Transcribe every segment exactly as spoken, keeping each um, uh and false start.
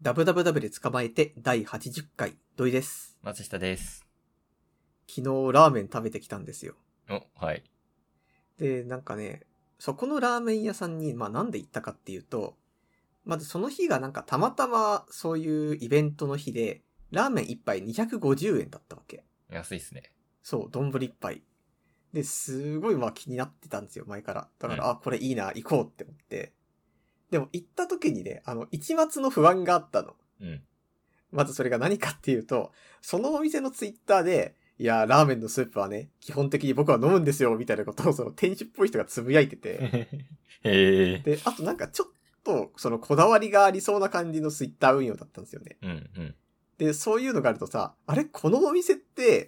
ダブダブダブで捕まえてだいはちじゅっかい、土井です。 松下です。 昨日ラーメン食べてきたんですよ。 お、はい。 で、なんかね、そこのラーメン屋さんに、まあなんで行ったかっていうと、まずその日がなんかたまたまそういうイベントの日で、ラーメン一杯にひゃくごじゅうえんだったわけ。 安いっすね。 そう、丼一杯。で、すごいまあ気になってたんですよ、前から。だから、うん、あ、これいいな、行こうって思って。でも行った時にね、あの、一末の不安があったの。 うん。 まずそれが何かっていうと、そのお店のツイッターで、いやー、ラーメンのスープはね、基本的に僕は飲むんですよ、みたいなことをその店主っぽい人がつぶやいてて。 へー。 で、あとなんかちょっと、そのこだわりがありそうな感じのツイッター運用だったんですよね。 うんうん。 で、そういうのがあるとさ、あれこのお店って、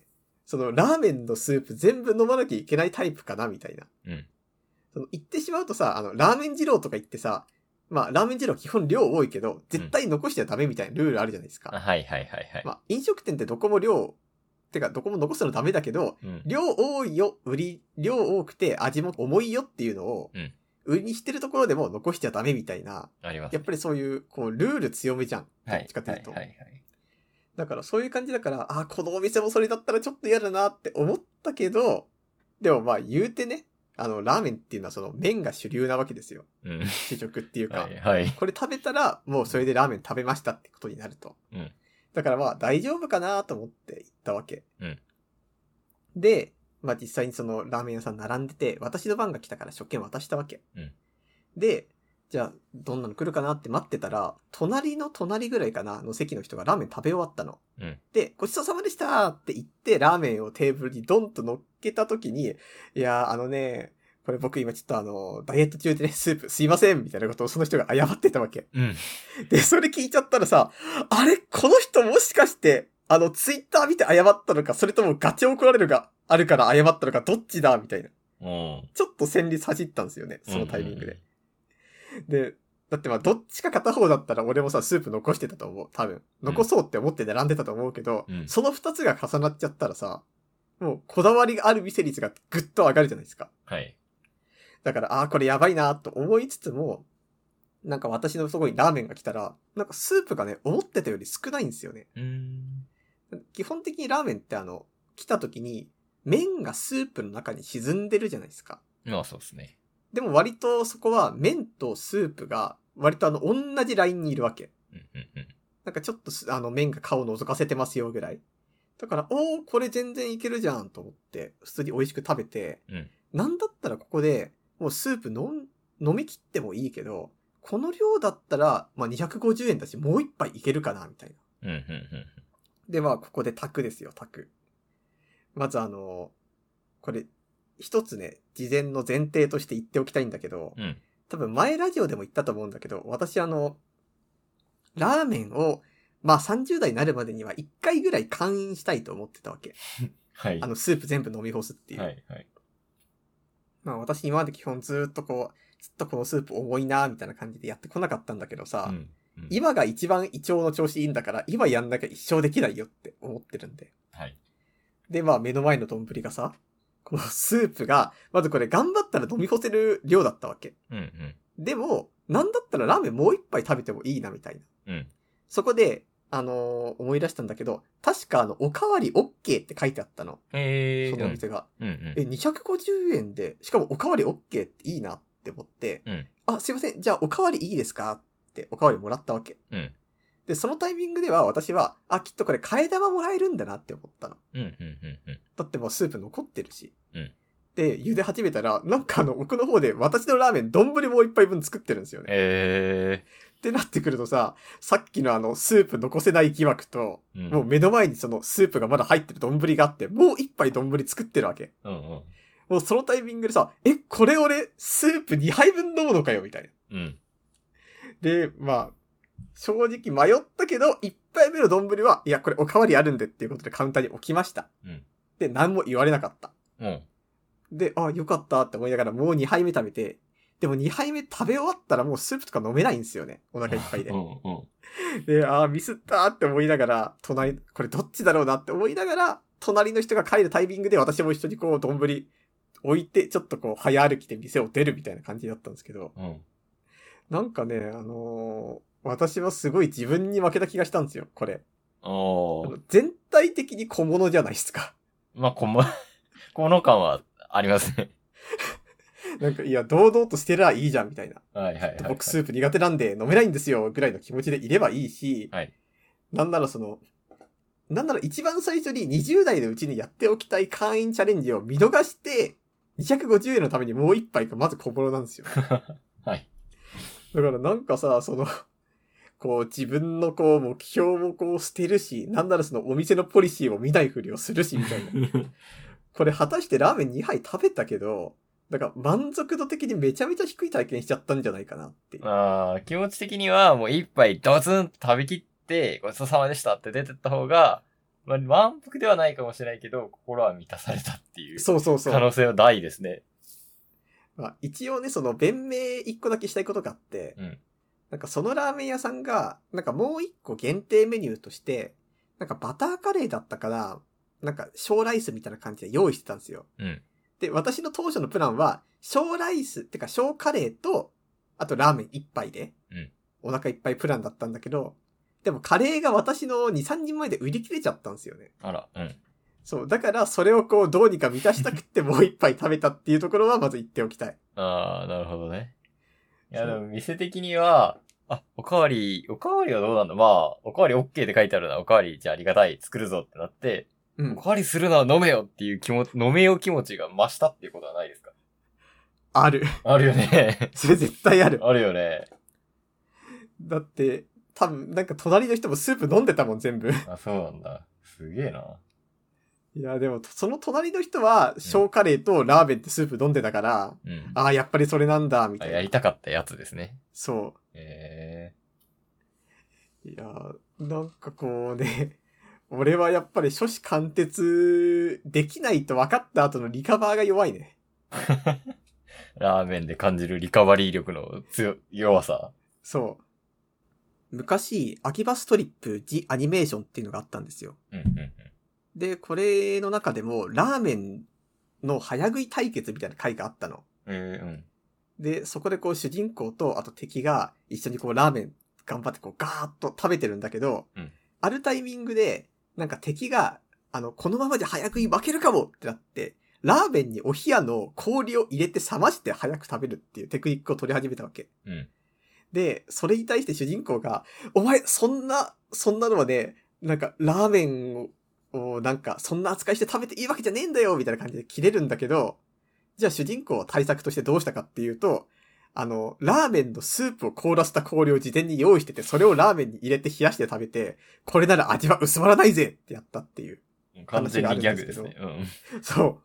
そのラーメンのスープ全部飲まなきゃいけないタイプかなみたいな。 うん。 その言ってしまうとさ、あの、ラーメン二郎とか言ってさ、まあ、ラーメン二郎基本量多いけど、絶対残しちゃダメみたいなルールあるじゃないですか。 うん、はいはいはいはい。 まあ、飲食店ってどこも量、てかどこも残すのダメだけど、 うん、 量多いよ、売り、量多くて味も重いよっていうのを、売りにしてるところでも残しちゃダメみたいな。 あります、ね。 やっぱりそういう、こう、ルール強めじゃん。どっちかというと。 はいはいはいはい。 だからそういう感じだから、あ、このお店もそれだったらちょっと嫌だなって思ったけど、でもまあ言うてね、あの、ラーメンっていうのはその麺が主流なわけですよ。 うん。 主食っていうか。 はいはい。 これ食べたら、もうそれでラーメン食べましたってことになると。 うん。 だからまあ大丈夫かなと思って行ったわけ。 うん。 で、まあ実際にそのラーメン屋さん並んでて、私の番が来たから食券渡したわけ。 うん。 で、じゃあ、どんなの来るかなって待ってたら、隣の隣ぐらいかなの席の人がラーメン食べ終わったの。 うん。 で、ごちそうさまでしたって言って、ラーメンをテーブルにドンと乗っけた時に、いやー、あのね、これ僕今ちょっとあの、ダイエット中でね、スープすいませんみたいなことをその人が謝ってたわけ。 うん。 で、それ聞いちゃったらさ、あれこの人もしかして、あの、ツイッター見て謝ったのか、それともガチ怒られるがあるから謝ったのか、どっちだみたいな。 うん。 ちょっと戦慄走ったんですよね、そのタイミングで。で、だってまあどっちか片方だったら俺もさ、スープ残してたと思う。多分。残そうって思って並んでたと思うけど、 うん、 その二つが重なっちゃったらさ、もうこだわりがある店率がぐっと上がるじゃないですか。 はい。だから、ああ、これやばいなと思いつつも、なんか私のところにラーメンが来たら、なんかスープがね、思ってたより少ないんですよね。 うーん。 基本的にラーメンってあの、来た時に、麺がスープの中に沈んでるじゃないですか。 まあそうですね。 でも割とそこは麺とスープが割とあの同じラインにいるわけ。 うんうんうん。 なんかちょっとあの麺が顔を覗かせてますよぐらい。だから、おー、これ全然いけるじゃんと思って、普通に美味しく食べて、 うん、 なんだったらここで、もうスープ飲ん、飲み切ってもいいけど、この量だったら、まあにひゃくごじゅうえんだし、もう一杯いけるかなみたいな。 うんうんうん。 で、まあここで炊くですよ、炊く。まずあの、これ、一つね、事前の前提として言っておきたいんだけど、 うん、 多分前ラジオでも言ったと思うんだけど、私あの、ラーメンを、まあさんじゅう代になるまでにはいっかいぐらい完飲したいと思ってたわけ。 はい。 あの、スープ全部飲み干すっていう。 はい、はい。 まあ私今まで基本ずーっとこう、ずっとこのスープ重いなーみたいな感じでやってこなかったんだけどさ、 うんうん、 今が一番胃腸の調子いいんだから、今やんなきゃ一生できないよって思ってるんで。 はい。 で、まあ目の前の丼がさ、このスープが、まずこれ頑張ったら飲み干せる量だったわけ。 うんうん。 でも、なんだったらラーメンもう一杯食べてもいいなみたいな。 うん。 そこで、あのー、思い出したんだけど、確かあの、おかわり OK って書いてあったの。 へー。 そのお店が。 うんうん。 え、にひゃくごじゅうえんで、しかもおかわり OK っていいなって思って、 うん。 あ、すいません、じゃあおかわりいいですかっておかわりもらったわけ。 うん。 で、そのタイミングでは私は、あ、きっとこれ替え玉もらえるんだなって思ったの。 うんうんうんうん。 だってもうスープ残ってるし。 うん。 で、茹で始めたら、なんかあの、奥の方で私のラーメン丼もう一杯分作ってるんですよね。 えー。 ってなってくるとさ、さっきのあの、スープ残せない疑惑と、 うん、 もう目の前にそのスープがまだ入ってる丼があって、もう一杯丼作ってるわけ。 うんうん。 もうそのタイミングでさ、え、これ俺、スープにはいぶん飲むのかよみたいな。 うん。 で、まあ、正直迷ったけど、一杯目の丼は、いや、これおかわりあるんでっていうことでカウンターに置きました。 うん。 で、何も言われなかった。 うん。 で、あ、よかったって思いながらもうにはいめ食べて、でもにはいめ食べ終わったらもうスープとか飲めないんですよね。お腹いっぱいで。 うんうん、 で、あ、ミスったって思いながら、隣、これどっちだろうなって思いながら、隣の人が帰るタイミングで私も一緒にこう、丼置いて、ちょっとこう、早歩きで店を出るみたいな感じだったんですけど、 うん、 なんかね、あのー、 私はすごい自分に負けた気がしたんですよ、これ。 おー。 全体的に小物じゃないですか。 まあ、こも、この感はありますね。 なんか、いや、堂々としてりゃいいじゃん、みたいな。 はいはいはい、はい。 僕スープ苦手なんで飲めないんですよ、ぐらいの気持ちでいればいいし、 はい。 なんならその、なんなら一番最初ににじゅう代のうちにやっておきたい会員チャレンジを見逃して、にひゃくごじゅうえんのためにもう一杯がまず小物なんですよ。 はい。 だからなんかさ、その、こう自分のこう目標をこう捨てるし、なんならそのお店のポリシーを見ないふりをするし、みたいな。これ果たしてラーメンにはい食べたけど、だから満足度的にめちゃめちゃ低い体験しちゃったんじゃないかなっていう。 ああ、気持ち的にはもう一杯ドツンと食べきってごちそうさまでしたって出てった方が、まあ、満腹ではないかもしれないけど、心は満たされたっていうそうそうそう。 可能性は大ですね。 まあ、一応ね、その弁明一個だけしたいことがあって、 うん。 なんかそのラーメン屋さんが、なんかもう一個限定メニューとして、なんかバターカレーだったから、なんか小ライスみたいな感じで用意してたんですよ。 うん。 で、私の当初のプランは、小ライス、ってか小カレーと、あとラーメン一杯で、 うん。 お腹いっぱいプランだったんだけど、でもカレーが私のに、さんにんまえで売り切れちゃったんですよね。 あら、うん。 そう、だからそれをこうどうにか満たしたくってもう一杯食べたっていうところはまず言っておきたい。 ああ、なるほどね。いや、 そうでも店的には、あ、おかわり、おかわりはどうなんだまあ、おかわり OK って書いてあるな。おかわりじゃあありがたい。作るぞってなって、 うんお。かわりするのは飲めよっていう気持ち、飲めよ気持ちが増したっていうことはないですか？ ある。 あるよね。 それ絶対ある。 あるよね。 だって、多分なんか隣の人もスープ飲んでたもん全部。 あ、そうなんだ。すげえな。 いや、でもその隣の人は小カレーとラーメンってスープ飲んでたから、 うん。 ああ、やっぱりそれなんだ、みたいな。 あやりたかったやつですね。 そえう。いや、なんかこうね、俺はやっぱり初子貫徹できないと分かった後のリカバーが弱いね。 ー、ラーメンで感じるリカバリー力の強、弱さ。 そう。昔、秋葉ストリップ・ジ・アニメーションっていうのがあったんですよ。 うんうんうん。 で、これの中でも、ラーメンの早食い対決みたいな回があったの。 えー、うん。 で、そこでこう主人公とあと敵が一緒にこうラーメン頑張ってこうガーッと食べてるんだけど、 うんあるタイミングで、なんか敵が、あの、このままじゃ早食い負けるかもってなって、ラーメンにお冷やの氷を入れて冷まして早く食べるっていうテクニックを取り始めたわけ。 うん。 で、それに対して主人公が、お前、そんな、そんなのはね、なんか、ラーメンを、なんか、そんな扱いして食べていいわけじゃねえんだよみたいな感じで切れるんだけど、じゃあ主人公は対策としてどうしたかっていうと、あの、ラーメンのスープを凍らせた氷を事前に用意してて、それをラーメンに入れて冷やして食べて、これなら味は薄まらないぜってやったっていう。 完全にギャグですね。うん。 そう。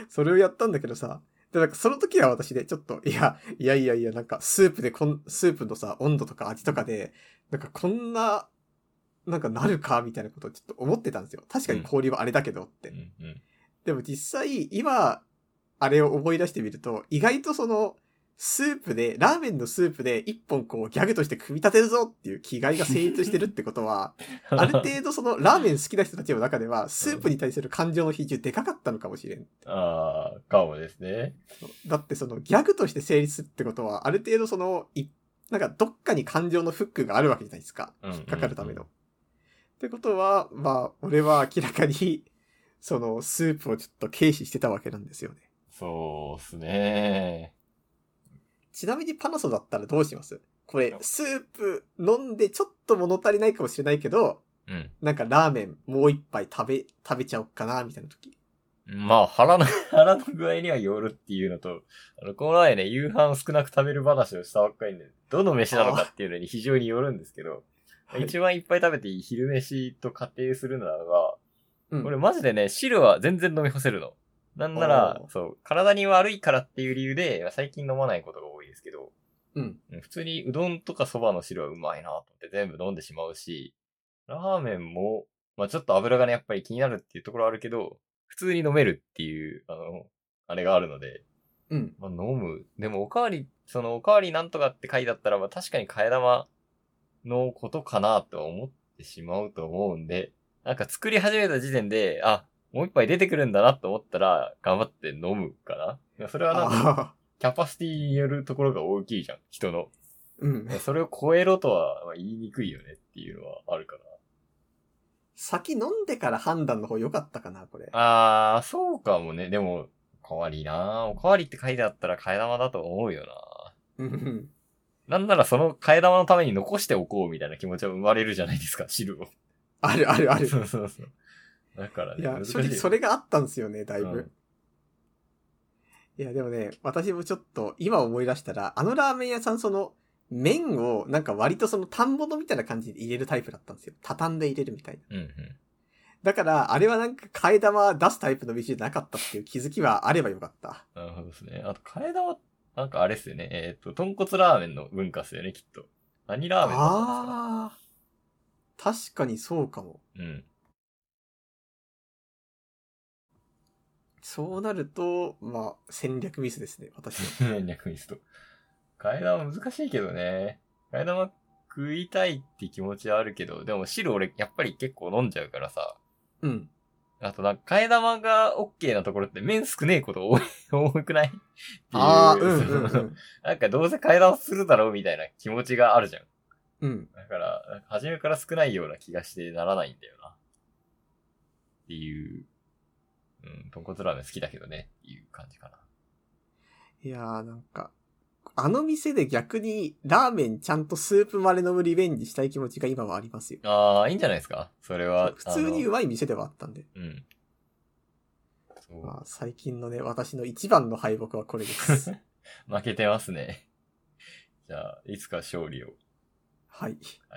それをやったんだけどさ、で、なんかその時は私でちょっと、いや、いやいやいや、なんかスープでこん、スープのさ、温度とか味とかで、なんかこんな、なんかなるかみたいなことをちょっと思ってたんですよ。確かに氷はあれだけどって。 うんうん。 でも実際、今、あれを思い出してみると、意外とその、スープで、ラーメンのスープで一本こうギャグとして組み立てるぞっていう気概が成立してるってことは、ある程度そのラーメン好きな人たちの中では、スープに対する感情の比重でかかったのかもしれん。 ああ、かもですね。 だってそのギャグとして成立するってことは、ある程度その、い、なんかどっかに感情のフックがあるわけじゃないですか。 うんうんうん。 引っかかるための。ってことは、まあ、俺は明らかに、その、スープをちょっと軽視してたわけなんですよね。 そうっすね。 ちなみにパナソだったらどうします？これ、スープ飲んでちょっと物足りないかもしれないけど、 うん。 なんかラーメンもう一杯食べ、食べちゃおっかな、みたいな時。 まあ、腹の、腹の具合にはよるっていうのと、あの、この前ね、夕飯少なく食べる話をしたばっかりで、どの飯なのかっていうのに非常によるんですけど、一番いっぱい食べていい昼飯と仮定するならば、 うん、 これマジでね、汁は全然飲み干せるの。なんなら、そう、体に悪いからっていう理由で、最近飲まないことが多いですけど、 うん。 普通にうどんとかそばの汁はうまいなと思って全部飲んでしまうし、ラーメンも、まあちょっと油がね、やっぱり気になるっていうところはあるけど、普通に飲めるっていう、あの、あれがあるので、 うん。 まあ飲む。でもおかわり、そのおかわりなんとかって書いてあったら、まあ確かに替え玉のことかなと思ってしまうと思うんで、なんか作り始めた時点で、あ、もう一杯出てくるんだなと思ったら、頑張って飲むかな。いやそれはなんか、キャパシティによるところが大きいじゃん、人の。 うん。 それを超えろとは言いにくいよねっていうのはあるから。 先飲んでから判断の方良かったかな、これ。 あー、そうかもね。でも、おかわりなおかわりって書いてあったら替え玉だと思うよな。 うん。 なんならその替え玉のために残しておこうみたいな気持ちは生まれるじゃないですか、汁を。 あるあるある。 そうそうそう。だからね、 いや、 難しい。 正直それがあったんですよね、だいぶ。 うん、 いや、でもね、私もちょっと今思い出したら、あのラーメン屋さんその、麺をなんか割とその田んぼのみたいな感じで入れるタイプだったんですよ。畳んで入れるみたいな。 うん、うん。 だから、あれはなんか替え玉出すタイプの店じゃなかったっていう気づきはあればよかった。 なるほどですね。あと、替え玉、なんかあれっすよね。えっ、と、豚骨ラーメンの文化っすよね、きっと。何ラーメンだったんですか？ あー、確かにそうかも。 うん。 そうなると、まあ、戦略ミスですね、私は。 戦略ミスと。替え玉難しいけどね。替え玉食いたいって気持ちはあるけど、でも汁俺やっぱり結構飲んじゃうからさ。 うん。 あとなんか替え玉が OK なところって麺少ねえこと多い、多くないっていう。 あー、うんうんうそのん。 なんかどうせ替え玉するだろうみたいな気持ちがあるじゃん。 うん。 だから、初めから少ないような気がしてならないんだよな。っていう。うん、豚骨ラーメン好きだけどね。っていう感じかな。 いやーなんか、あの店で逆にラーメンちゃんとスープまで飲むリベンジしたい気持ちが今はありますよ。 ああ、いいんじゃないですかそれは。 普通にうまい店ではあったんで。 うん。そう。 まあ、最近のね、私の一番の敗北はこれです。 負けてますね。じゃあ、いつか勝利を。 はい。 はい。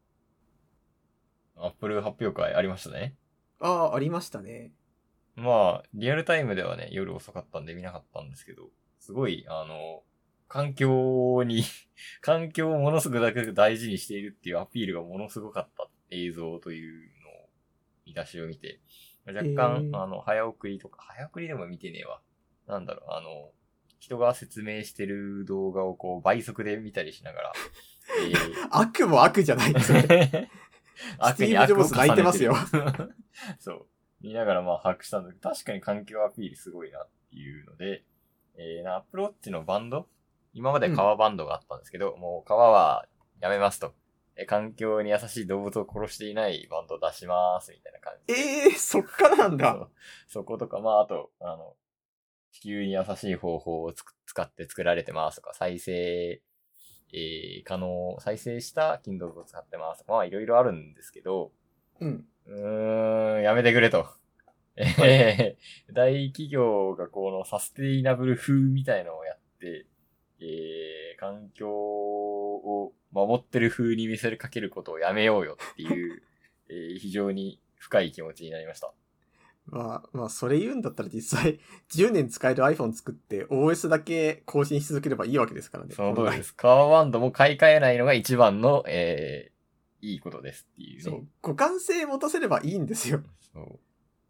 アップル発表会ありましたね。 ああ、ありましたね。 まあ、リアルタイムではね、夜遅かったんで見なかったんですけど、すごい、あの、環境に環境をものすごく大事にしているっていうアピールがものすごかった映像というのを、見出しを見て、若干、 えー、 あの、早送りとか、早送りでも見てねえわ。なんだろう、あの、人が説明してる動画をこう倍速で見たりしながら、えー、 悪も悪じゃないですね。 悪にスティーブ・ジョブ悪を重ねてる。 ズ泣いてますよ。 そう。見ながらまあ把握したんだけど、確かに環境アピールすごいなっていうので、えー、アップルウォッチのバンド今まで革バンドがあったんですけど、うん、もう革はやめますと。え、環境に優しい動物を殺していないバンドを出しますみたいな感じで。 ええー、そっからなんだ。 そ, そことか、まああと、あの、地球に優しい方法をつく使って作られてますとか、再生、えー、可能、再生した金属を使ってますとか、まあいろいろあるんですけど、 うん。 うーん、やめてくれと。えー、大企業がこのサステイナブル風みたいのをやって、えー、環境を守ってる風に見せかけることをやめようよっていう、えー、非常に深い気持ちになりました。 まあ、まあ、それ言うんだったら実際、じゅうねん使える iPhone 作って オーエス だけ更新し続ければいいわけですからね。 その通りです。カワバンドも買い替えないのが一番の、えー、いいことですっていうね。 そう。互換性持たせればいいんですよ。 そう。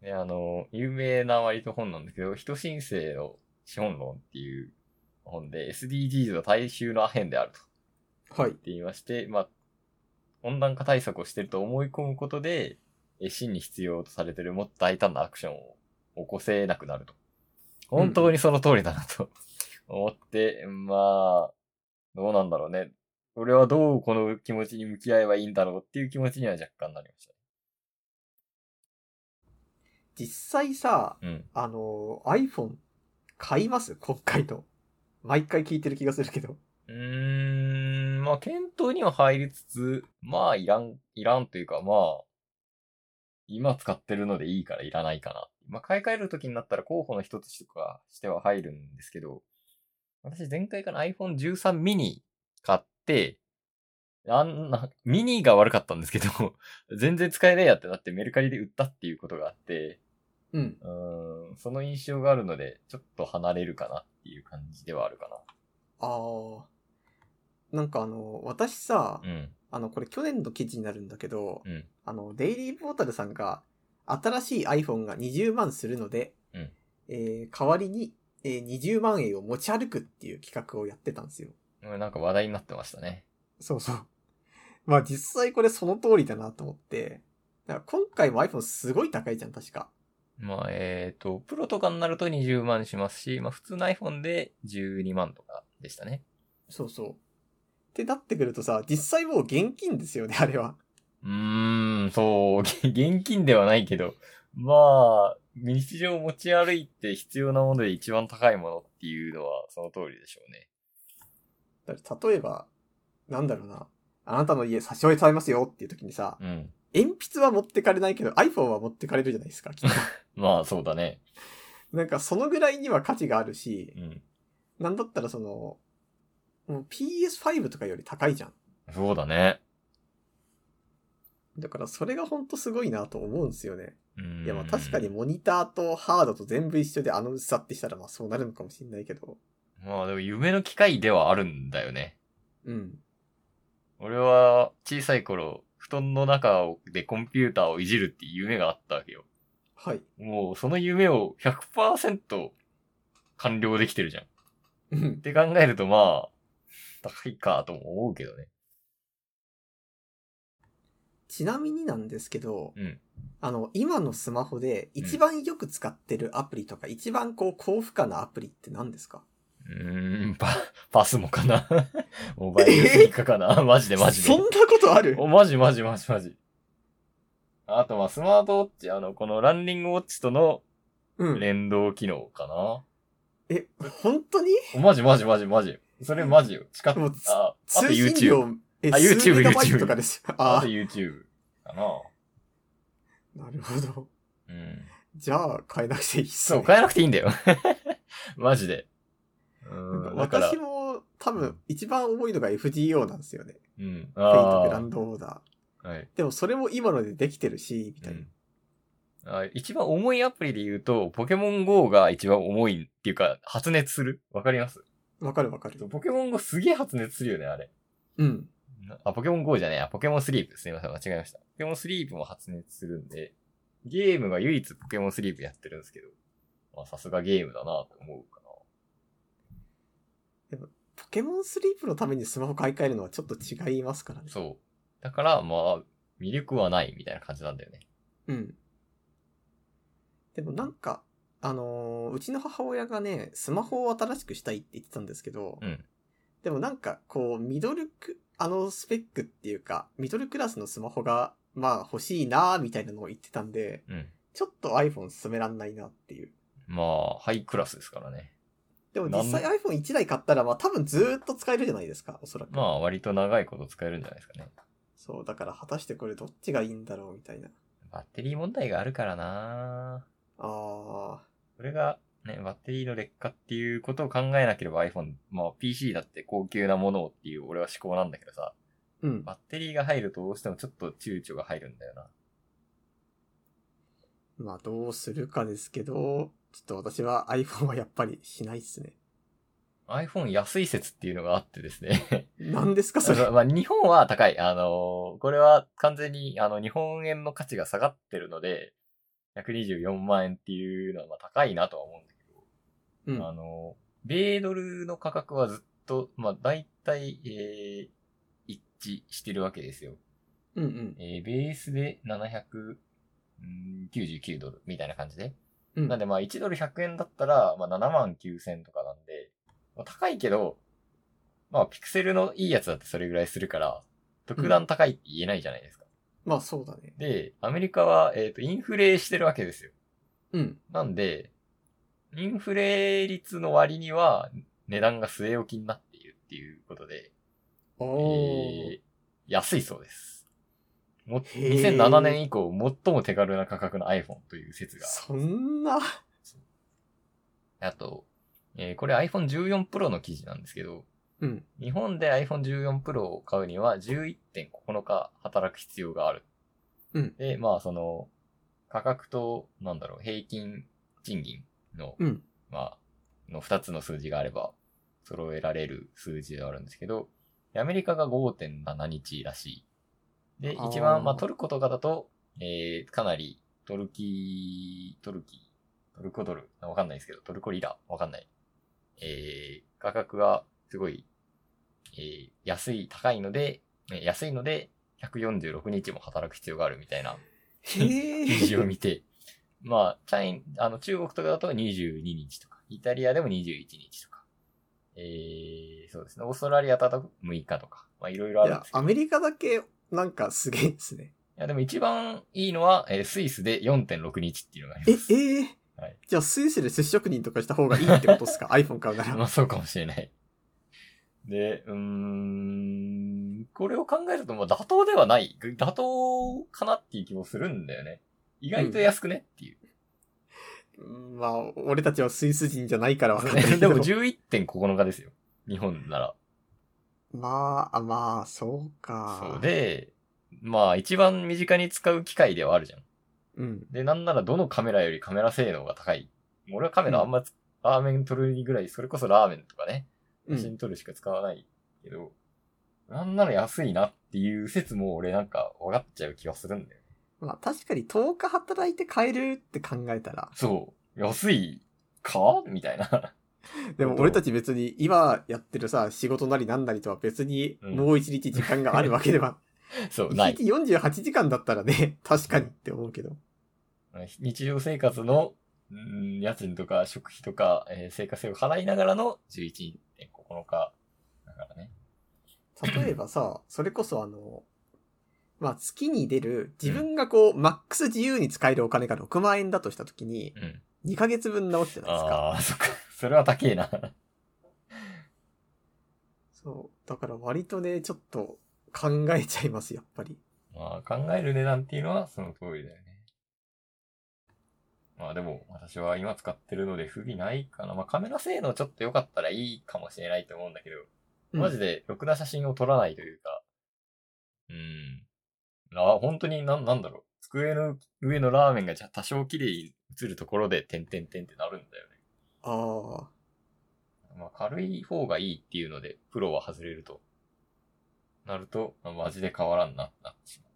で、あの、有名な割と本なんだけど、人申請の資本論っていう本で エスディージーズ の大衆のアヘンであると。 はい。 って言いまして、まあ、温暖化対策をしていると思い込むことで、真に必要とされているもっと大胆なアクションを起こせなくなると。本当にその通りだなと思って、まあ、どうなんだろうね。俺はどうこの気持ちに向き合えばいいんだろうっていう気持ちには若干なりました。 実際さ、 うん。 あの、iPhone 買います国会と。毎回聞いてる気がするけど。 うーん、まあ、検討には入りつつ、まあ、いらん、いらんというか、まあ、今使ってるのでいいからいらないかな。まあ、買い替える時になったら候補の一つとかしては入るんですけど、私前回から アイフォンじゅうスリー mini 買って、あんな、ミニが悪かったんですけど、全然使えねえやってなってメルカリで売ったっていうことがあって、 うん。 うーん、その印象があるので、ちょっと離れるかなっていう感じではあるかああ。なんかあの、私さ、 な。うん。 あの、これ去年の記事になるんだけど、 うん。 あの、デイリーポータルさんが、新しい iPhone がにじゅうまんするので、 うん。 えー、代わりに、えー、にじゅうまんえんを持ち歩くっていう企画をやってたんですよ。 うんなんか話題になってましたね。 そうそう。まあ実際これその通りだなと思って、だから今回も iPhone すごい高いじゃん、確か。 まあ、えっと、プロとかになるとにじゅうまんしますし、まあ普通の iPhone でじゅうにまんとかでしたね。 そうそう。 ってなってくるとさ、実際もう現金ですよね、あれは。 うーん、そう、現金ではないけど、まあ、日常持ち歩いて必要なもので一番高いものっていうのはその通りでしょうね。 だって例えば、なんだろうな。あなたの家差し押さえますよっていう時にさ、 うん。 鉛筆は持ってかれないけど iPhone は持ってかれるじゃないですか、きっと。 まあ、そうだね。 なんかそのぐらいには価値があるしう、ん。 なんだったらその、もう ピーエスファイブ とかより高いじゃん。 そうだね。 だからそれがほんとすごいなと思うんですよね。 うーん。 いやまあ確かにモニターとハードと全部一緒であの薄さってしたらまあそうなるのかもしれないけど。 まあでも夢の機械ではあるんだよね。 うん。 俺は小さい頃、布団の中でコンピューターをいじるっていう夢があったわけよ。 はい。 もうその夢を ひゃくパーセント 完了できてるじゃん。っうん。 て考えるとまあ、高いかとも思うけどね。 ちなみになんですけど、 うん。 あの、今のスマホで一番よく使ってるアプリとか、一番こう高負荷なアプリって何ですか？ うーん、パ、パスモかなモバイルスイカかなマジでマジで。 そんなことある？ お、マジマジマジマジ。あとまあスマートウォッチ、あの、このランニングウォッチとのうん。 連動機能かな、 え、本当に？ おマジマジマジマジ。それマジよ。近く、 もうつあ、あと通信 YouTube。 量、え、 あ YouTube 数メガバイトとかですよ。 あとあ YouTube かな。 なるほど。 うん。 じゃあ、変えなくていいっすね。 そう、変えなくていいんだよ。マジで。うなんん、だからか私、も多分一番重いのが エフジーオー なんですよね。 うん。 フェイトあグランドオーダあ。はい。 ー。でもそれも今のでできてるし、みたいな。 うんあ一番重いアプリで言うと、ポケモン ゴー が一番重いっていうか、発熱するわかりますわかるわかる。 ポケモン ゴー すげえ発熱するよね、あれ。 うん。 あ、ポケモン ゴー じゃねえや。ポケモンスリープ。すみません、間違えました。ポケモンスリープも発熱するんで、ゲームが唯一ポケモンスリープやってるんですけど、まあさすがゲームだなと思うかポケモンスリープのためにスマホ買い替えるのはちょっと違いますからね。 な。そう。だから、まあ、魅力はないみたいな感じなんだよね。 うん。でもなんか、あのーうちの母親がね、スマホを新しくしたいって言ってたんですけど、 うん。 でもなんか、こう、ミドルク、あのスペックっていうか、ミドルクラスのスマホが、まあ欲しいなーみたいなのを言ってたんで、 うん。 ちょっと iPhone 進めらんないなっていう。 まあ、ハイクラスですからね。 でも実際 アイフォンいち 台買ったら、まあ多分ずーっと使えるじゃないですか、おそらく。 まあ、割と長いこと使えるんじゃないですかね。 そう、だから果たしてこれどっちがいいんだろうみたいな。 バッテリー問題があるからなあー。 これが、ね、バッテリーの劣化っていうことを考えなければ iPhone、まあ ピーシー だって高級なものをっていう俺は思考なんだけどさ、 うん。 バッテリーが入るとどうしてもちょっと躊躇が入るんだよな。 まあどうするかですけど、ちょっと私は iPhone はやっぱりしないっすね。 iPhone 安い説っていうのがあってですね。 何ですかそれ。 まあ日本は高い。あのーこれは完全にあの日本円の価値が下がってるので、ひゃくにじゅうよんまん円っていうのはまあ高いなとは思うんだけど、 うん。 あの、米ドルの価格はずっと、まあ、大体、えー、一致してるわけですよ。 うんうん。 えー、ベースでななひゃくきゅうじゅうきゅうドルみたいな感じで。 うん。 なんでまあいちドルひゃくえんだったら、まあななまんきゅうせんとかなんで、まあ、高いけど、まあピクセルのいいやつだってそれぐらいするから、特段高いって言えないじゃないですか。 まあそうだね。 で、アメリカは、えっと、インフレしてるわけですよ。 うん。 なんで、インフレ率の割には値段が据え置きになっているっていうことで、 おー。 えー、安いそうです。も、 へーにせんななねん以降最も手軽な価格の iPhone という説が。 そんな。 あと、えー、これ アイフォンじゅうよん Pro の記事なんですけど、 うん。 日本で アイフォンじゅうよん Pro を買うには じゅういってんここのか働く必要がある。 うん。 で、まあその、価格と、なんだろう、平均賃金の、 うん。 まあ、の二つの数字があれば揃えられる数字ではあるんですけど、アメリカが ごてんななにちらしい。で、 あー一番、まあトルコとかだと、えー、かなりトルキー、トルキー、トルコドル、わかんないですけど、トルコリラ、わかんない。えー、価格がすごい、えー、安い、高いので、ね安いので、ひゃくよんじゅうろくにちも働く必要があるみたいなへ記事をー。 見て、まあ、チャイン、あの、中国とかだとにじゅうににちとか、イタリアでもにじゅういちにちとか。 えー、そうですね。オーストラリアだとむいかとか。まあいろいろあいやるんですけ、ど。 アメリカだけなんかすげえですね。 いやでも一番いいのは、えースイスで よんてんろくにちっていうのがありえ、 ます。 えー、 はい。 じゃあスイスで寿司職人とかした方がいいってことっすかiPhone 買うなら。 まあそうかもしれない。で、うーん、これを考えるともう妥当ではない。妥当かなっていう気もするんだよね。意外と安くねっていう。 うんまあ、俺たちはスイス人じゃないから分かんないけど。 でも じゅういってんここのかですよ。日本なら。 まあ、あまあ、そうか。 そうで、まあ一番身近に使う機械ではあるじゃん。 うん。 で、なんならどのカメラよりカメラ性能が高い。俺はカメラあんまつ、ラーメン撮るぐらい、それこそラーメンとかね、 うん写真撮るしか使わないけど、なんなら安いなっていう説も俺なんか分かっちゃう気がするんだよ。 まあ確かにとおか働いて買えるって考えたら。 そう。安いかみたいな。 でも俺たち別に今やってるさ、仕事なりなんなりとは別にうんもう一日時間があるわけでは。 そう、 一ない。 日よんじゅうはちじかんだったらね、確かにって思うけど。 日常生活の、うん家賃とか食費とか、えー生活費を払いながらのじゅういちにんここのか。だからね。 例えばさ、それこそあの、まあ月に出る自分がこう、マックス自由に使えるお金がろくまん円だとしたときに、 うん。 にかげつぶんなわけじゃないですか。 ああ、そっか。それは高えな。 そう。だから割とね、ちょっと考えちゃいます、やっぱり。 まあ考える値段っていうのはその通りだよね。まあでも私は今使ってるので不備ないかな。まあカメラ性能ちょっと良かったらいいかもしれないと思うんだけど、 うんマジでろくな写真を撮らないというか、うん。あ、本当にな、なんだろう。机の上のラーメンがじゃ多少綺麗に映るところで点々点ってなるんだよね。 ああ。 まあ軽い方がいいっていうので、プロは外れると。なると、まあ、マジで変わらんな、なってしま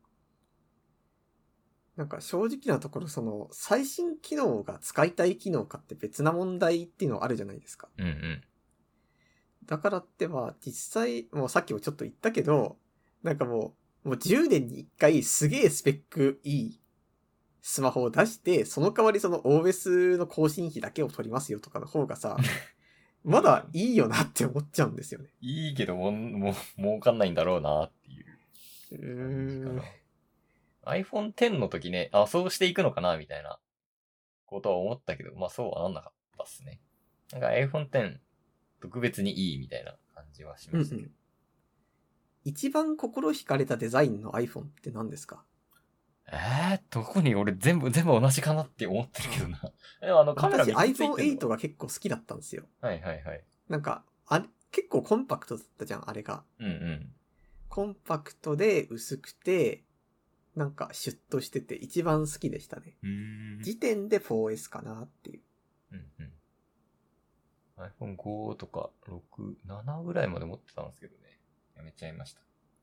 なんか正直なところその最新機能が使いたい機能かって別な問題っていうのあるじゃないですか。 う。うんうん。 だからっては実際、もうさっきもちょっと言ったけど、なんかもう、もうじゅうねんにいっかいすげえスペックいいスマホを出して、その代わりその オーエス の更新費だけを取りますよとかの方がさ、まだいいよなって思っちゃうんですよね。 いいけども、もう、儲かんないんだろうなっていうう感じかなーん。。 iPhone テンの時ね、あ、そうしていくのかなみたいなことは思ったけど、まあそうはなんなかったっすね。なんか iPhone テン特別にいいみたいな感じはしましたけど。 うんうん。一番心惹かれたデザインの iPhone って何ですか？ えー、どこに俺全部、全部同じかなって思ってるけどな。でもあのカメラ私みっつついてんの iPhone エイトが結構好きだったんですよ。 はいはいはい。 なんか、あれ、結構コンパクトだったじゃん、あれが。 うんうん。 コンパクトで薄くて、なんかシュッとしてて一番好きでしたね。 うーん。 時点で フォーエス かなっていう。 うんうん。iPhone ごとかろく、ななぐらいまで持ってたんですけどね。やめちゃいました。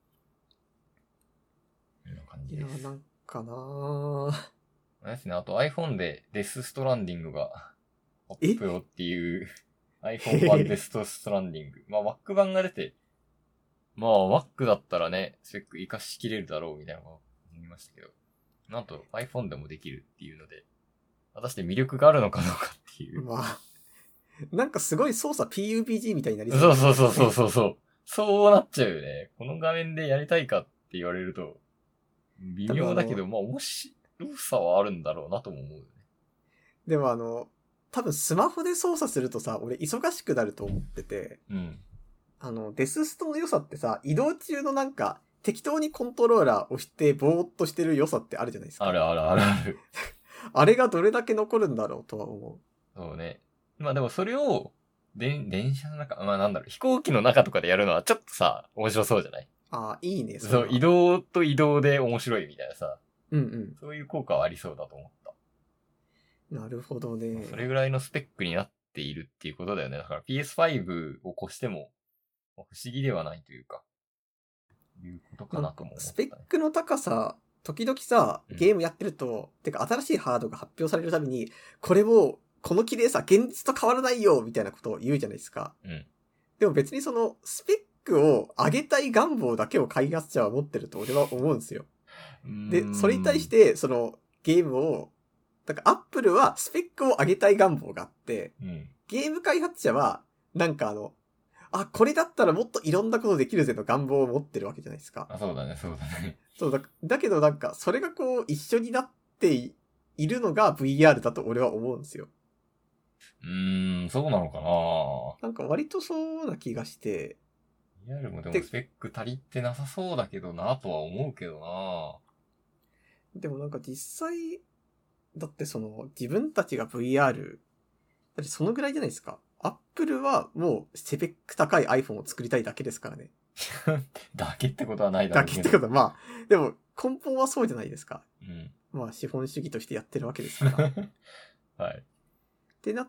こんな感じいや、 です。 なんかなぁ。 あれですね、あと iPhone でデスストランディングが発表っていう iPhone 版デスストランディング。まあ Mac 版が出て、まあ Mac だったらね、スペック活かしきれるだろうみたいなのを思いましたけど、なんと iPhone でもできるっていうので、果たして魅力があるのかどうかっていう。 まあ、なんかすごい操作 ピーユービージー みたいになりそうそうそうそうそうそう。そうなっちゃうよね。この画面でやりたいかって言われると、微妙だけど、まあ面白さはあるんだろうなとも思うよね。 でもあの、多分スマホで操作するとさ、俺忙しくなると思ってて、 うん。 あの、デスストの良さってさ、移動中のなんか、適当にコントローラー押してぼーっとしてる良さってあるじゃないですか。 あるあるあるある。 あれがどれだけ残るんだろうとは思そうね。まあでもそれを、で、電車の中、まあなんだろう、飛行機の中とかでやるのはちょっとさ、面白そうじゃない？ ああ、いいね。 そう、移動と移動で面白いみたいなさ、 うんうん。 そういう効果はありそうだと思った。 なるほどね。 それぐらいのスペックになっているっていうことだよね。だから ピーエスファイブ を越しても、不思議ではないというか、いうことかなとも思った、ね。 スペックの高さ、時々さ、ゲームやってると、うん、てか新しいハードが発表されるたびに、これも、この綺麗さ、現実と変わらないよみたいなことを言うじゃないですか。 うん。 でも別にその、スペックを上げたい願望だけを開発者は持ってると俺は思うんですよ。で、それに対して、その、ゲームを、だからアップルはスペックを上げたい願望があって、 うん、 ゲーム開発者は、なんかあの、 あ、これだったらもっといろんなことできるぜの願望を持ってるわけじゃないですか。 あ、そうだね、そうだね。 そうだ、だけどなんか、それがこう、一緒になっているのが ブイアール だと俺は思うんですよ。 うーん、そうなのかな。 なんか割とそうな気がして。 ブイアール もでもスペック足りてなさそうだけどなとは思うけどな。 でもなんか実際、だってその、自分たちが ブイアール、だってそのぐらいじゃないですか。Apple はもうスペック高い iPhone を作りたいだけですからね。 だけってことはないだろだうけど。 けってことはまあ、でも根本はそうじゃないですか。 うん。 まあ資本主義としてやってるわけですから。 はい。 ってなって、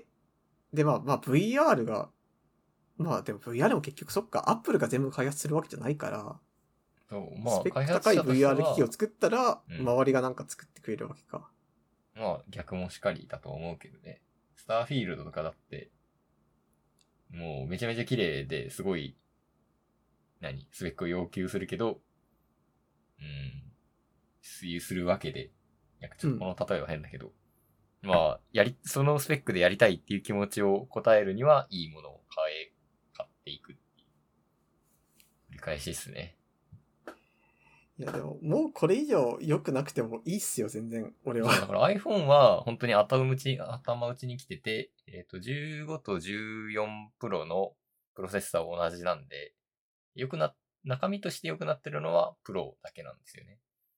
でまあまあ ブイアール が、まあでも ブイアール も結局そっか、Apple が全部開発するわけじゃないから、 そうまあ、 スペック高い ブイアール 機器を作ったら、 うん周りがなんか作ってくれるわけか。 まあ逆もしかりだと思うけどね。スターフィールドとかだって、もうめちゃめちゃ綺麗ですごい、何スペックを要求するけど、うん、すするわけで。いや、ちょっとこの例えは変だけど、うん、まあ、やり、そのスペックでやりたいっていう気持ちを応えるには、いいものを買え、買っていくっていう。繰り返しですね。 いやでも、もうこれ以上良くなくてもいいっすよ、全然、俺は。 だから iPhone は本当に頭打ち、頭打ちに来てて、えっと、じゅうごとじゅうよん Pro のプロセッサーは同じなんで、良くな、中身として良くなってるのは Pro だけなんですよね。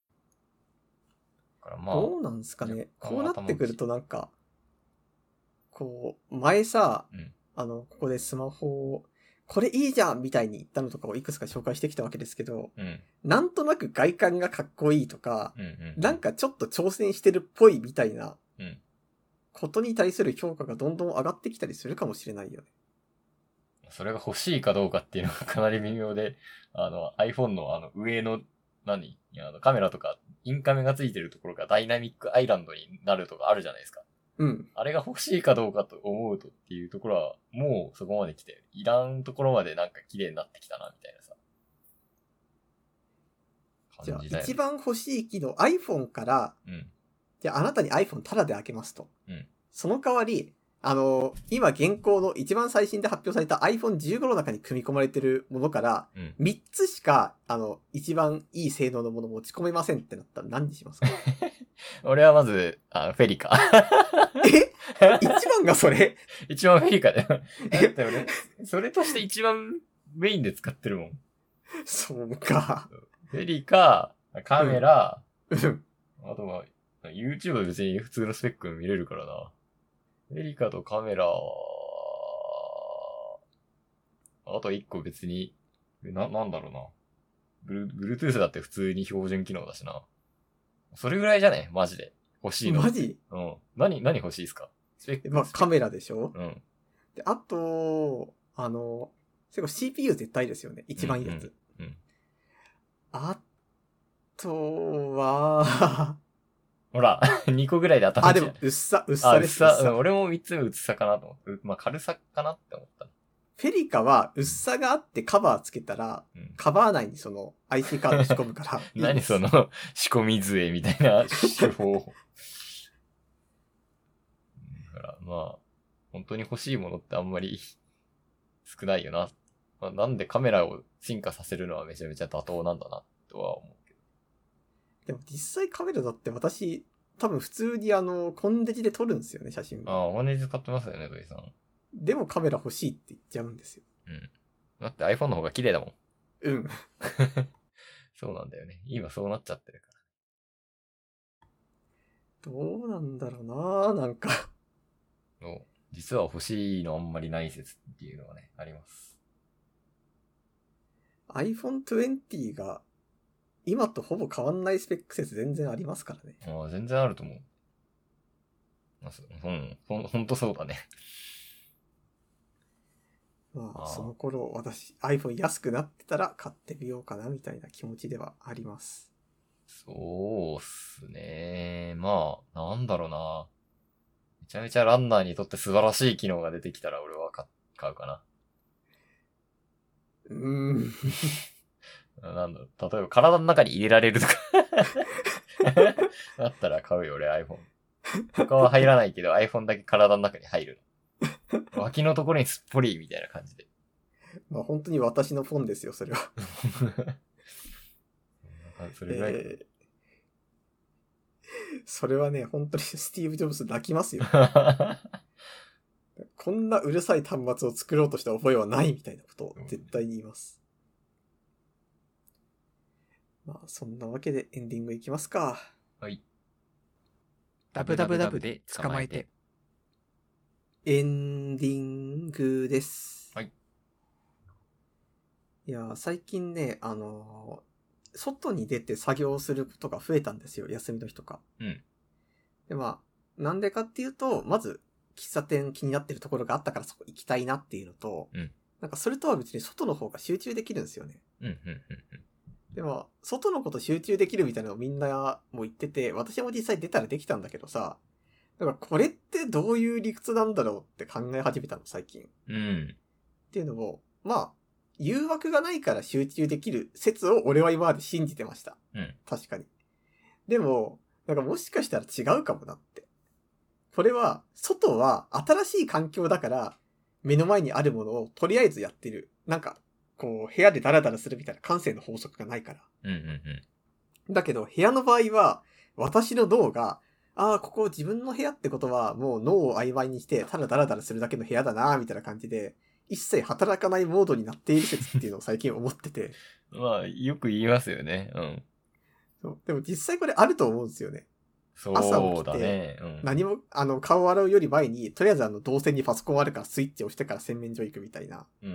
だからまあ。 どうなんですかね。こうなってくるとなんか、こう、前さ、 うん、 あの、ここでスマホを、これいいじゃんみたいに言ったのとかをいくつか紹介してきたわけですけど、 うん、 なんとなく外観がかっこいいとか、 うんうんうん、 なんかちょっと挑戦してるっぽいみたいなうんことに対する評価がどんどん上がってきたりするかもしれないよね。 それが欲しいかどうかっていうのがかなり微妙で、あの iPhone のあの上の何あのカメラとかインカメがついてるところがダイナミックアイランドになるとかあるじゃないですか。 うん。 あれが欲しいかどうかと思うとっていうところは、もうそこまで来て、いらんところまでなんか綺麗になってきたな、みたいなさ。 じゃあ、 感じだよね。 一番欲しい機能 iPhone から、 うん。 じゃああなたに iPhone タダで開けますと。 うん。 その代わり、あの、今現行の一番最新で発表された アイフォンじゅうご の中に組み込まれてるものから、 うん。 みっつしか、あの、一番いい性能のもの持ち込めませんってなったら何にしますか？ 俺はまず、あフェリカ。 え一番がそれ一番フェリカだよ。だって俺、それとして一番メインで使ってるもん。 そうか。 フェリカ、カメラ、 うん。 あとは、YouTube は別に普通のスペック見れるからな。フェリカとカメラ、あと一個別に、な、なんだろうな。ブル、Bluetooth だって普通に標準機能だしな。それぐらいじゃねマジで。欲しいの。 マジ？ うん。何、何欲しいですか？スペック。 まあ、カメラでしょ？ うん。 で、あと、あの、結構 シーピーユー 絶対ですよね。一番いいやつ。 うん。うん、 あとは、 ほら、にこぐらいで頭あ、 打ちでも、薄さ、薄あ、 さです。 薄さ、 薄さ。 俺もみっつめ薄さかなと思って。まあ、軽さかなって思った。 フェリカは薄さがあってカバーつけたら、 うん、 カバー内にその アイシー カード仕込むからいい。 何その仕込み杖みたいな手法。だからまあ、本当に欲しいものってあんまり少ないよな。まあ、なんでカメラを進化させるのはめちゃめちゃ妥当なんだなとは思うけど。 でも実際カメラだって私、多分普通にあの、コンデジで撮るんですよね、写真ああ、マネージ使ってますよね、土井さん。 でもカメラ欲しいって言っちゃうんですよ。 うん。だって iPhone の方が綺麗だもん。 うん。 そうなんだよね。今そうなっちゃってるから。 どうなんだろうな、なんか実は欲しいのあんまりない説っていうのがね、あります。 アイフォントゥエンティー が今とほぼ変わんないスペック説全然ありますからね。 ああ、全然あると思う。うん、ほん、ほんとそうだね。 まあ、あその頃私 iPhone 安くなってたら買ってみようかなみたいな気持ちではあります。 そうっすね。まあ、なんだろうな。めちゃめちゃランナーにとって素晴らしい機能が出てきたら俺は買うかな。 うーん。 なんだろう、例えば体の中に入れられるとかだったら買うよ俺 iPhone。他は入らないけど iPhone だけ体の中に入るの。脇のところにすっぽりみたいな感じで。 まあ本当に私のフォンですよ、それは。 それぐらい、 えーそれはね、本当にスティーブ・ジョブズ泣きますよ。こんなうるさい端末を作ろうとした覚えはないみたいなことを絶対に言います。まあそんなわけでエンディングいきますか。 はい。 ダブダブダブで捕まえて。 エンディングです。 はい。 いや、最近ね、あのー外に出て作業することが増えたんですよ、休みの日とか。 うん。 で、まあ、なんでかっていうと、まず、喫茶店気になってるところがあったからそこ行きたいなっていうのと、 うん。 なんかそれとは別に外の方が集中できるんですよね。 うん、うん、うん。 でも、外のこと集中できるみたいなのをみんなも言ってて、私も実際出たらできたんだけどさ、だからこれってどういう理屈なんだろうって考え始めたの、最近。 うん。 っていうのも、まあ、誘惑がないから集中できる説を俺は今まで信じてました。 うん。 確かに。でも、なんかもしかしたら違うかもなって。これは、外は新しい環境だから、目の前にあるものをとりあえずやってる。なんか、こう、部屋でダラダラするみたいな感性の法則がないから。 うん、うん、うん。 だけど、部屋の場合は、私の脳が、ああ、ここ自分の部屋ってことは、もう脳を曖昧にして、ただダラダラするだけの部屋だな、みたいな感じで、一切働かないモードになっている説っていうのを最近思ってて。 まあ、よく言いますよね。うん。 そうでも実際これあると思うんですよね。 そうだね。うん。 何も、あの、顔を洗うより前に、とりあえずあの、動線にパソコンあるからスイッチを押してから洗面所行くみたいな。 うん、うん。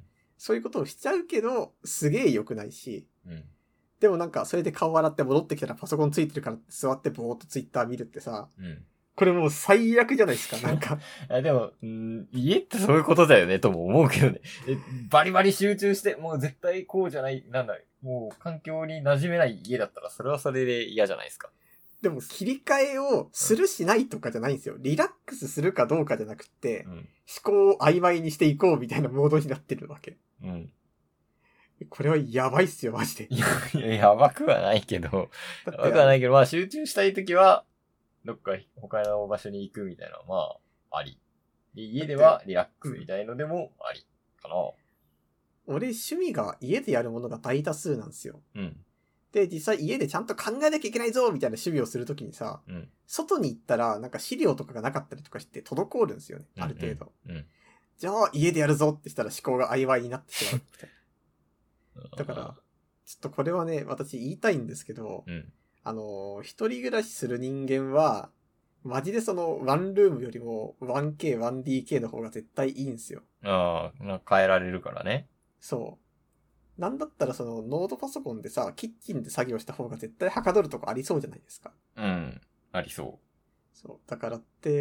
そういうことをしちゃうけど、すげえ良くないし。 うん。 でもなんか、それで顔洗って戻ってきたらパソコンついてるから座ってぼーっとツイッター見るってさ、 うん。 これもう最悪じゃないですか、なんか。 あでも、ん家ってそういうことだよね、とも思うけどね。えバリバリ集中して、もう絶対こうじゃない、なんだ、もう環境に馴染めない家だったら、それはそれで嫌じゃないですか。 でも切り替えをするしないとかじゃないんですよ。リラックスするかどうかじゃなくて、 うん。 思考を曖昧にしていこうみたいなモードになってるわけ。 うん。 これはやばいっすよ、マジで。 いや、いややばくはないけど、 だっやばくはないけど、まあ集中したいときは、どっか他の場所に行くみたいな、まあ、あり。で家ではリラックスみたいのでもありかな。 俺趣味が家でやるものが大多数なんですよ。 うん。 で、実際家でちゃんと考えなきゃいけないぞみたいな趣味をするときにさ、 うん。 外に行ったらなんか資料とかがなかったりとかして滞るんですよね、ある程度。 うん。うん、 じゃあ家でやるぞってしたら思考が曖昧になってしまうみたいな。だから、ちょっとこれはね、私言いたいんですけど、 うん。 あの、一人暮らしする人間は、マジでそのワンルームよりも ワンケー、ワンディーケー の方が絶対いいんですよ。 ああ、なんか変えられるからね。 そう。なんだったらそのノートパソコンでさ、キッチンで作業した方が絶対はかどるとこありそうじゃないですか。 うん。ありそそう。だからって、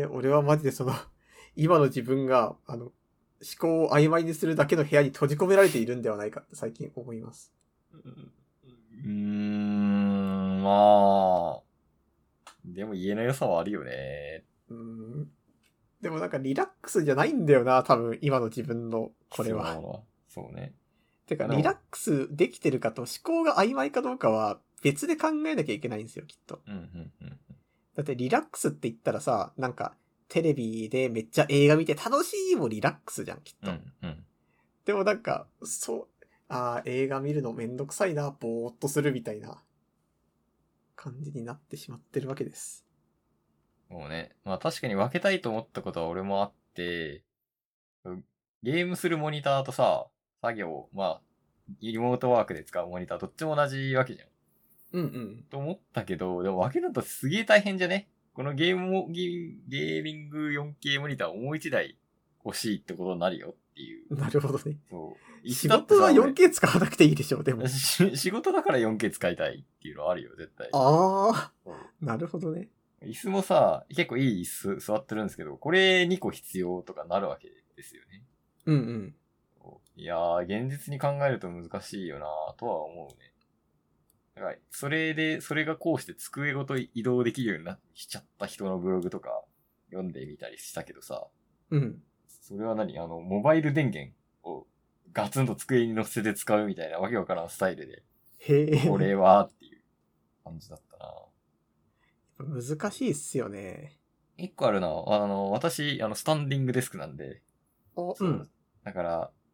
俺はマジでその、今の自分が、あの、思考を曖昧にするだけの部屋に閉じ込められているんではないかって最近思います。 う。うーん、まあ。でも家の良さはあるよね。 うーん。でもなんかリラックスじゃないんだよな、多分今の自分のこれは。 そうそうね。 てか、リラックスできてるかと思考が曖昧かどうかは別で考えなきゃいけないんですよ、きっと。 うんうんうん。 だってリラックスって言ったらさ、なんかテレビでめっちゃ映画見て楽しいもリラックスじゃん、きっと。 うんうん。 でもなんか、そう、ああ、映画見るのめんどくさいな、ぼーっとするみたいな感じになってしまってるわけです。 もうね。まあ確かに分けたいと思ったことは俺もあって、ゲームするモニターとさ、作業、まあ、リモートワークで使うモニターどっちも同じわけじゃん。 うんうん。 と思ったけど、でも分けるとすげえ大変じゃね？このゲームも、ゲーミング よんケー モニターをもう一台欲しいってことになるよっていう。 なるほどね。 そう。 仕事は よんケー 使わなくていいでしょ、でも。 仕事だから よんケー 使いたいっていうのはあるよ、絶対。 ああ、なるほどね。 椅子もさ、結構いい椅子座ってるんですけど、これにこ必要とかなるわけですよね。 うんうん。 いやー、現実に考えると難しいよなとは思うね。だから、それで、それがこうして机ごと移動できるようになっちゃった人のブログとか読んでみたりしたけどさ。 うん。 それは何あの、モバイル電源をガツンと机に乗せて使うみたいなわけわからんスタイルで。 へえ。 これはっていう感じだったな。 難しいっすよね。 一個あるな。あの、私、あの、スタンディングデスクなんで。 あ、うん。 だから、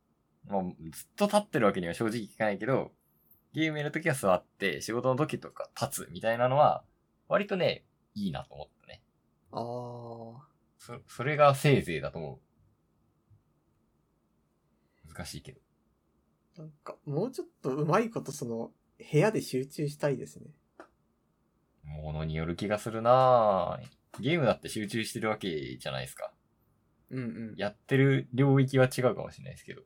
もうずっと立ってるわけには正直いかないけど、ゲームやるときは座って、仕事の時とか立つみたいなのは、割とね、いいなと思ったね。 あー。 そ、それがせいぜいだと思う。難しいけど。 なんか、もうちょっとうまいことその、部屋で集中したいですね。 ものによる気がするなぁ。ゲームだって集中してるわけじゃないですか。 うんうん。 やってる領域は違うかもしれないですけど。う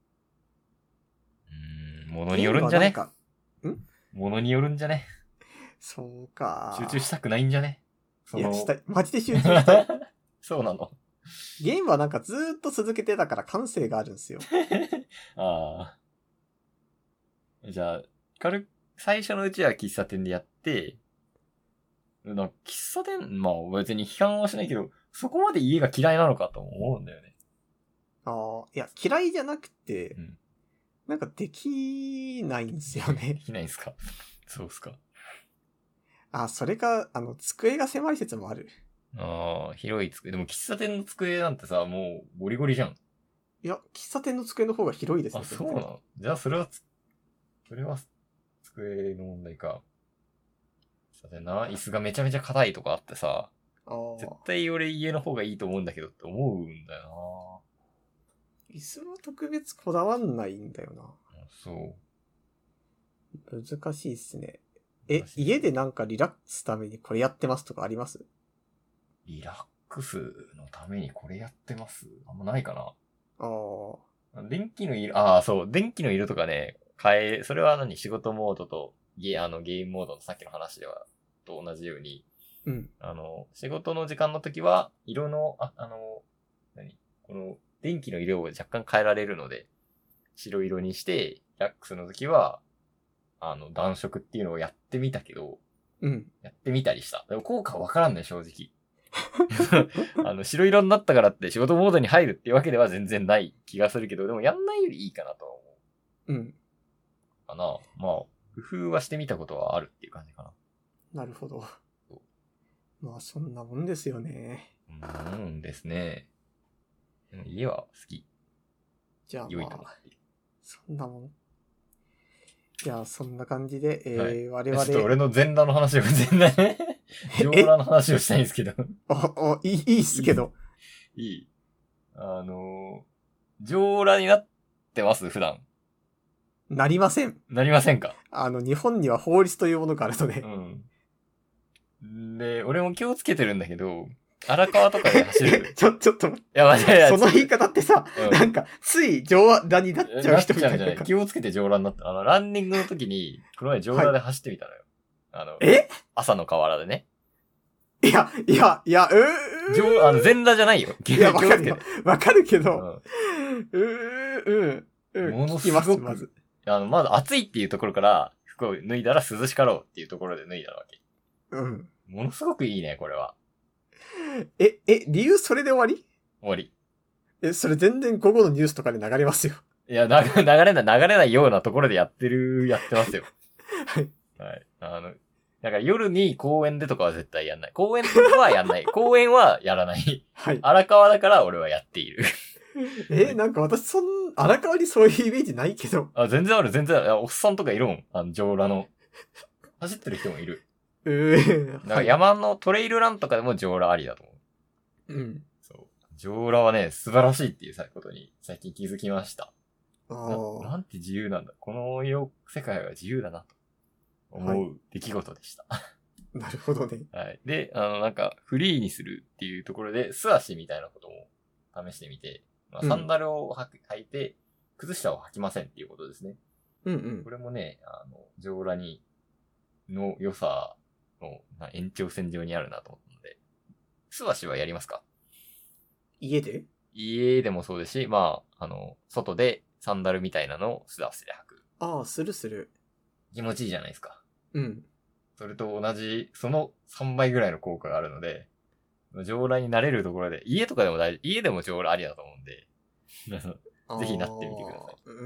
ーん、ものによるんじゃねゲームはなんか、んものによるんじゃねそうか。 集中したくないんじゃねそのいや、したい。マジで集中したい。 そうなの。 ゲームはなんかずーっと続けてたから感性があるんですよ。 ああ。じゃあ、軽く、最初のうちは喫茶店でやって、な喫茶店、まあ別に批判はしないけど、そこまで家が嫌いなのかと思うんだよね。 ああ、いや、嫌いじゃなくて、 うん。 なんかできないんですよねで。きないんすかそうっすか。 あ、それか、あの、机が狭い説もある。 ああ、広い机。でも喫茶店の机なんてさ、もうゴリゴリじゃん。 いや、喫茶店の机の方が広いですよ。 あ、そうなのじゃあそれはつ、それは机の問題か。喫茶店な、椅子がめちゃめちゃ硬いとかあってさ、 あ絶あ。 対俺家の方がいいと思うんだけどって思うんだよ椅子は特別こだわんないんだよな。 な。そう。 難しいっすね。え難、しい家でなんかリラックスすためにこれやってますとかあります？ リラックスのためにこれやってますあんまないかな。 ああ。 電気の色、ああ、そう、電気の色とかね、変え、それは何仕事モードとゲあのゲームモードのさっきの話では、と同じように、 うん。 あの、仕事の時間の時は、色の、あ、あの、何この、電気の色を若干変えられるので、白色にして、リラックスの時は、あの、暖色っていうのをやってみたけど、 うん。 やってみたりした。でも効果はわからんね、正直。あの、白色になったからって仕事モードに入るっていうわけでは全然ない気がするけど、でもやんないよりいいかなとは思うん。 うかな。まあ、工夫はしてみたことはあるっていう感じかな。 なるほど。まあ、そんなもんですよね。 うんですね。でも家は好き。 じゃあ、 良いまあ、 と思っている。 そんなもん。じゃあ、そんな感じで、えーはい我々。 ちょっと俺の全裸の話を、全裸ね。上裸の話をしたいんですけど。 お、お、いい、いいっすけど。 いい。あのー、上裸になってます普段。 なりません。 なりませんかあの、日本には法律というものがあるので。 うん。で、俺も気をつけてるんだけど、荒川とかで走る。 ちょ、ちょっと待って、 いや、待って、 その言い方ってさ、 うんなんか、つい上裸になっちゃう人みたいななっちゃうんじゃない。気をつけて上裸になった。あの、ランニングの時に、この前上裸で走ってみたのよ。あの、 え朝の河原でね。 いや、いや、いや、うー。 上、あの、全裸じゃないよ。気いや、わ気をつけてかるよ。。わかるけど、 うんうー、うん、うん。 ものす聞きます、 ごくまず。 あの、まず暑いっていうところから、服を脱いだら涼しかろうっていうところで脱いだわけ。 うん。 ものすごくいいね、これは。 え、え、理由それで終わり？ 終わり。 え、それ全然午後のニュースとかで流れますよ。 いや、な、流れない、流れないようなところでやってる、やってますよ。 はい。 はい。あの、だから夜に公園でとかは絶対やんない。公園とかはやんない。公園はやらない。 はい。 荒川だから俺はやっている。 え、なんか私そん、荒川にそういうイメージないけど。 あ、全然ある、全然ある。いやおっさんとかいるもん。あの、上裸の。走ってる人もいる。 うー。 だから山のトレイルランとかでも上裸ありだと思う。 うん。 そう。上裸はね、素晴らしいっていうことに最近気づきました。 あななあ。 んて自由なんだ。この世、世界は自由だなと思う出来事でした。 なるほどね。 はい。で、あの、なんか、フリーにするっていうところで、素足みたいなことも試してみて、まあ、 うんサンダルを履く履いて、靴下を履きませんっていうことですね。 うんうんこ。れもね、あの、上裸に、の良さのな延長線上にあるなと思ったので、素足はやりますか？ 家で？ 家でもそうですし、まあ、あの、外でサンダルみたいなのを素足で履く。 ああ、するする。 気持ちいいじゃないですか。 うん。 それと同じ、そのさんばいぐらいの効果があるので、上裸になれるところで、家とかでも大丈夫、家でも上裸ありだと思うんで、ぜひなってみてください。 あーう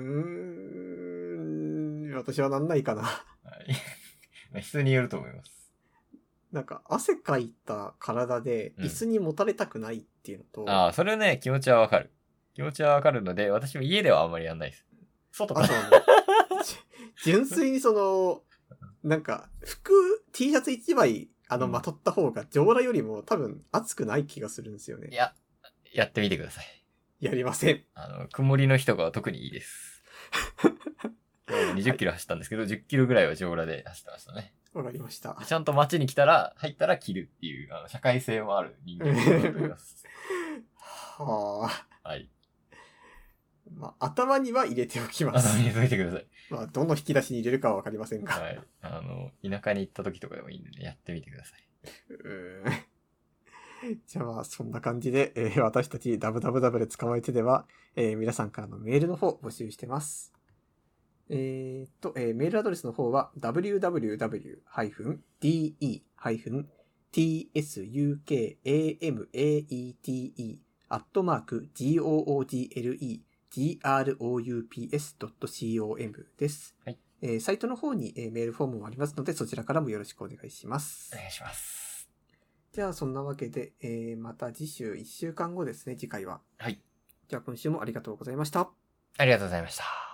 ーん。私はなんないかな。 はい。人によると思います。 なんか、汗かいた体でうん椅子にもたれたくないっていうのと、 ああ、それね、気持ちはわかる。 気持ちはわかるので、私も家ではあんまりやんないです。外かあ、 ら。 そうね。純粋にその、なんか、服、T シャツ一枚、あの、 うんまとった方が、上裸よりも多分、暑くない気がするんですよね。 いや、やってみてください。 やりません。 あの、曇りの日とかは特にいいです。今日もにじゅっキロ走ったんですけど、じゅっキロぐらいは上裸で走ってましたね。 わかりました。 ちゃんと街に来たら、入ったら着るっていう、あの社会性もある人間だと思います。 はあ。 はい。 まあ、頭には入れておきます。 頭に入れといてください。 まあ、どの引き出しに入れるかはわかりませんが。 はい。あの、田舎に行った時とかでもいいんでね、やってみてください。 うーんじゃあまあ、そんな感じで、えー私たちダブダブダブで捕まえてでは、えー皆さんからのメールの方募集してます。えーっと、えーメールアドレスの方は ダブリューダブリューダブリュー ディーイー ティーエスユーケーエーエムエーイーティーイー アットマーク ジーオーオージーエルイージーアールオーユーピーエスドットコム です。 はい。 えーサイトの方に、えーメールフォームもありますので、そちらからもよろしくお願いします。 お願いします。 じゃあ、そんなわけで、えーまた次週いっしゅうかんごですね、次回は。 はい。 じゃあ、今週もありがとうございました。 ありがとうございました。